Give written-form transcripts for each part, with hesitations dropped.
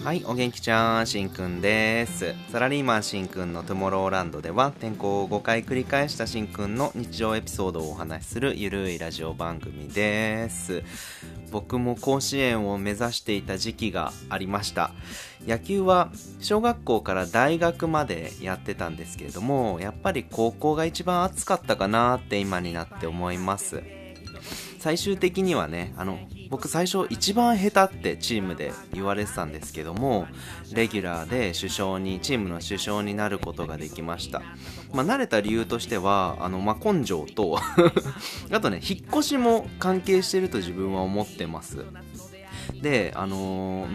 はい、お元気ちゃん、しんくんです。サラリーマンしんくんのトゥモローランドでは、転校を5回繰り返したしんくんの日常エピソードをお話しするゆるいラジオ番組です。僕も甲子園を目指していた時期がありました。野球は小学校から大学までやってたんですけれども、やっぱり高校が一番熱かったかなって今になって思います。最終的にはね、僕最初一番下手ってチームで言われてたんですけども、レギュラーでチームの主将になることができました。慣れた理由としては、根性とあとね、引っ越しも関係してると自分は思ってます。で、後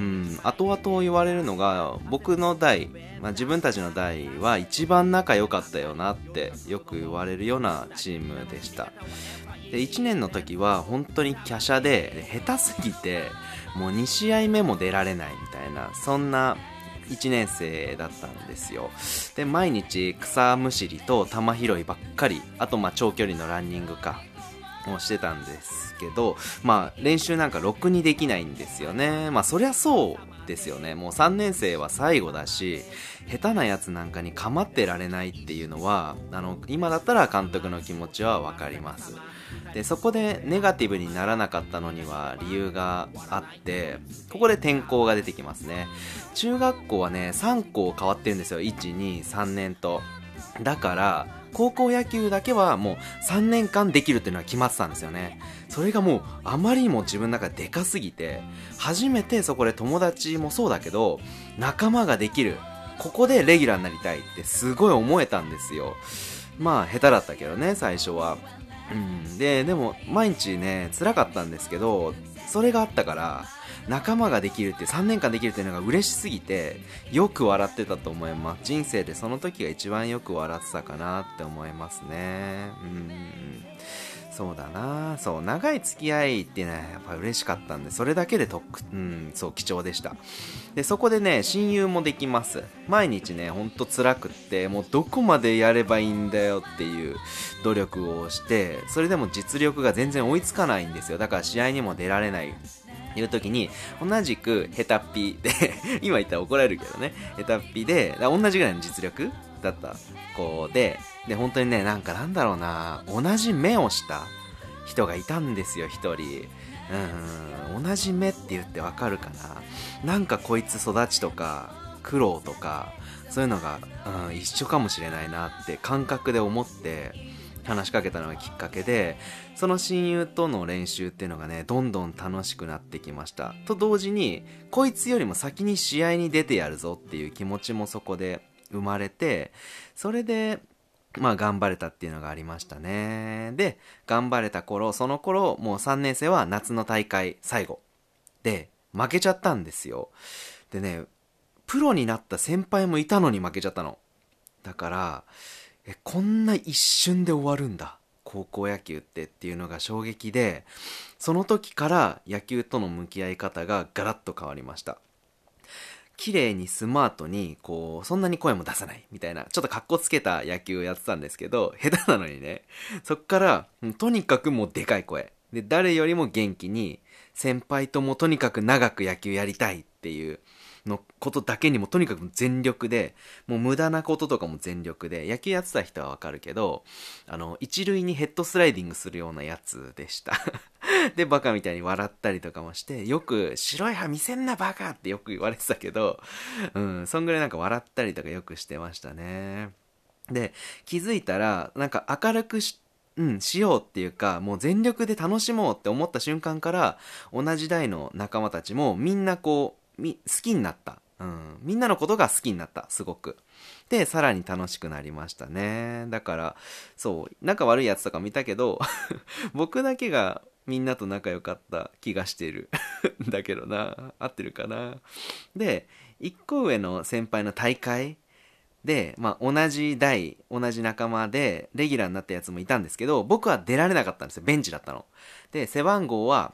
々言われるのが、僕の代、自分たちの代は一番仲良かったよなってよく言われるようなチームでした。で1年の時は本当に華奢で下手すぎてもう2試合目も出られないみたいな、そんな1年生だったんですよ。で毎日草むしりと球拾いばっかり、あと長距離のランニングをしてたんですけど、練習なんかろくにできないんですよね。そりゃそうですよね。もう3年生は最後だし、下手なやつなんかに構ってられないっていうのは今だったら監督の気持ちは分かります。でそこでネガティブにならなかったのには理由があって、ここで転校が出てきますね。中学校はね3校変わってるんですよ。1、2、3年と。だから高校野球だけはもう3年間できるっていうのは決まってたんですよね。それがもうあまりにも自分の中ででかすぎて、初めてそこで友達もそうだけど仲間ができる、ここでレギュラーになりたいってすごい思えたんですよ。下手だったけどね最初は。でも毎日ね辛かったんですけど、それがあったから仲間ができるって3年間できるっていうのが嬉しすぎてよく笑ってたと思います。人生でその時が一番よく笑ってたかなって思いますね。そうだな、そう長い付き合いってねやっぱ嬉しかったんで、それだけでそう貴重でした。でそこでね親友もできます。毎日ねほんと辛くって、もうどこまでやればいいんだよっていう努力をして、それでも実力が全然追いつかないんですよ。だから試合にも出られないいう時に、同じくヘタっぴで今言ったら怒られるけどね、ヘタっぴで同じぐらいの実力だった子で、本当にねなんだろうな、同じ目をした人がいたんですよ、一人。同じ目って言ってわかるかな。こいつ育ちとか苦労とかそういうのが、一緒かもしれないなって感覚で思って話しかけたのがきっかけで、その親友との練習っていうのがねどんどん楽しくなってきました。と同時にこいつよりも先に試合に出てやるぞっていう気持ちもそこで生まれて、それで頑張れたっていうのがありましたね。で頑張れたその頃もう3年生は夏の大会最後で負けちゃったんですよ。でねプロになった先輩もいたのに負けちゃったの。だからこんな一瞬で終わるんだ高校野球っていうのが衝撃で、その時から野球との向き合い方がガラッと変わりました。綺麗にスマートにそんなに声も出さないみたいな、ちょっとカッコつけた野球をやってたんですけど、下手なのにね、そっからとにかくもうでかい声で、誰よりも元気に、先輩ともとにかく長く野球やりたいっていうのことだけにもとにかく全力で、もう無駄なこととかも全力で、野球やってた人はわかるけど、一塁にヘッドスライディングするようなやつでしたでバカみたいに笑ったりとかもして、よく白い歯見せんなバカってよく言われてたけど、そんぐらい笑ったりとかよくしてましたね。で気づいたら明るくしようっていうか、もう全力で楽しもうって思った瞬間から、同じ代の仲間たちもみんな好きになった。みんなのことが好きになった、すごく。で、さらに楽しくなりましたね。だから、そう、仲悪いやつとか見たけど、僕だけがみんなと仲良かった気がしてる。だけどな、合ってるかな。で、一個上の先輩の大会で、同じ仲間でレギュラーになったやつもいたんですけど、僕は出られなかったんですよ。ベンチだったの。で背番号は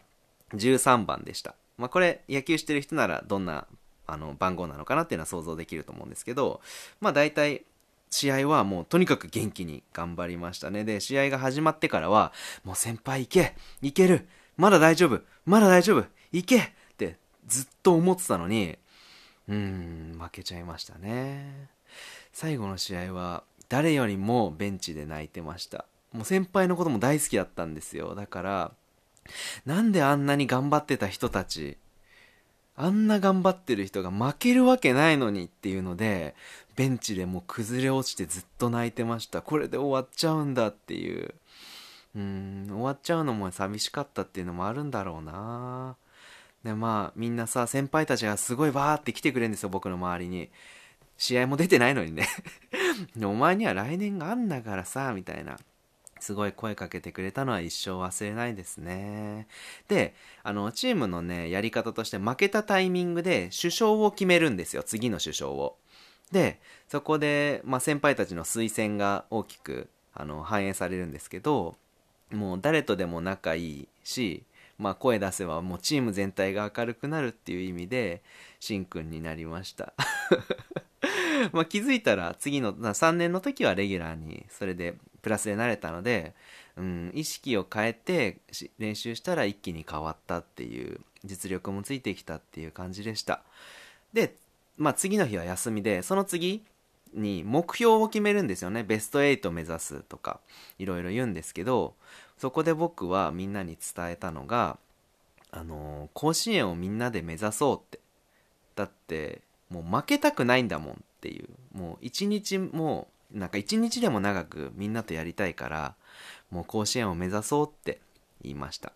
13番でした。これ野球してる人ならどんな番号なのかなっていうのは想像できると思うんですけど、大体試合はもうとにかく元気に頑張りましたね。で試合が始まってからはもう先輩いける、まだ大丈夫いけってずっと思ってたのに、 負けちゃいましたね。最後の試合は誰よりもベンチで泣いてました。もう先輩のことも大好きだったんですよ。だからなんであんなに頑張ってた人たち、あんな頑張ってる人が負けるわけないのにっていうので、ベンチでもう崩れ落ちてずっと泣いてました。これで終わっちゃうんだっていう。終わっちゃうのも寂しかったっていうのもあるんだろうな。でまあみんなさ、先輩たちがすごいバーって来てくれるんですよ、僕の周りに。試合も出てないのにねお前には来年があんだからさみたいな、すごい声かけてくれたのは一生忘れないですね。で、チームのね、やり方として負けたタイミングで首相を決めるんですよ、次の首相を。で、そこで、先輩たちの推薦が大きく、反映されるんですけど、もう誰とでも仲いいし、声出せばもうチーム全体が明るくなるっていう意味で、しんくんになりました気づいたら次の3年の時はレギュラーにそれでプラスでなれたので、意識を変えて練習したら一気に変わったっていう、実力もついてきたっていう感じでした。で、次の日は休みで、その次に目標を決めるんですよね。ベスト8目指すとかいろいろ言うんですけど、そこで僕はみんなに伝えたのが、甲子園をみんなで目指そうって。だってもう負けたくないんだもんっていう、もう一日もなんか一日でも長くみんなとやりたいから、もう甲子園を目指そうって言いました。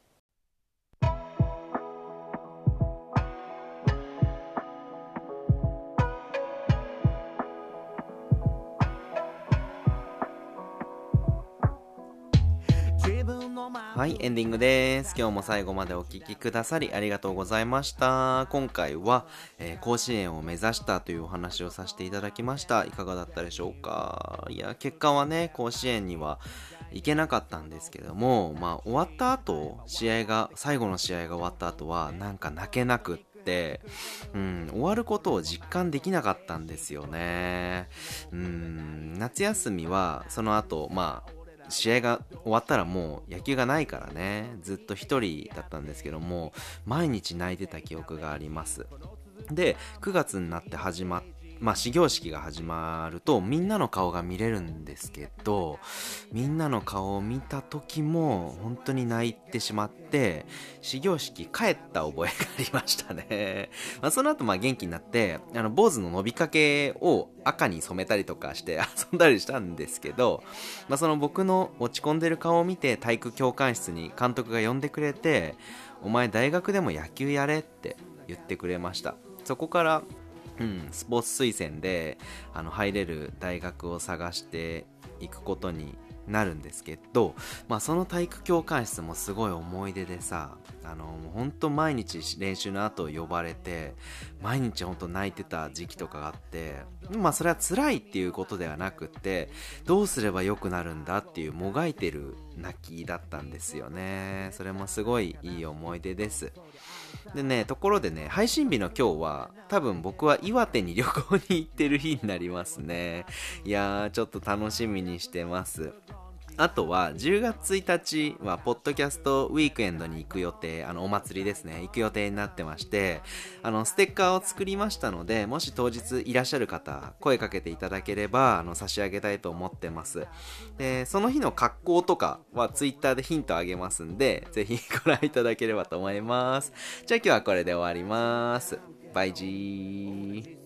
はい、エンディングです。今日も最後までお聞きくださりありがとうございました。今回は、甲子園を目指したというお話をさせていただきました。いかがだったでしょうか。いや、結果はね、甲子園には行けなかったんですけども、終わった後、最後の試合が終わった後は、なんか泣けなくって、終わることを実感できなかったんですよね。夏休みは、その後、試合が終わったらもう野球がないからね、ずっと一人だったんですけども、毎日泣いてた記憶があります。で、9月になって始業式が始まるとみんなの顔が見れるんですけど、みんなの顔を見た時も本当に泣いてしまって、始業式帰った覚えがありましたねその後元気になって、坊主の伸びかけを赤に染めたりとかして遊んだりしたんですけど、その僕の落ち込んでる顔を見て体育教官室に監督が呼んでくれて、お前大学でも野球やれって言ってくれました。そこからスポーツ推薦で入れる大学を探していくことになるんですけど、その体育教官室もすごい思い出でさ、ほんと毎日練習の後呼ばれて、毎日ほんと泣いてた時期とかがあって、それは辛いっていうことではなくって、どうすれば良くなるんだっていうもがいてる泣きだったんですよね。それもすごいいい思い出です。でね、ところでね、配信日の今日は多分僕は岩手に旅行に行ってる日になりますね。いやー、ちょっと楽しみにしてます。あとは10月1日はポッドキャストウィークエンドに行く予定、お祭りですね、行く予定になってまして、ステッカーを作りましたので、もし当日いらっしゃる方声かけていただければ差し上げたいと思ってます。でその日の格好とかはツイッターでヒントあげますんで、ぜひご覧いただければと思います。じゃあ今日はこれで終わります。バイジー。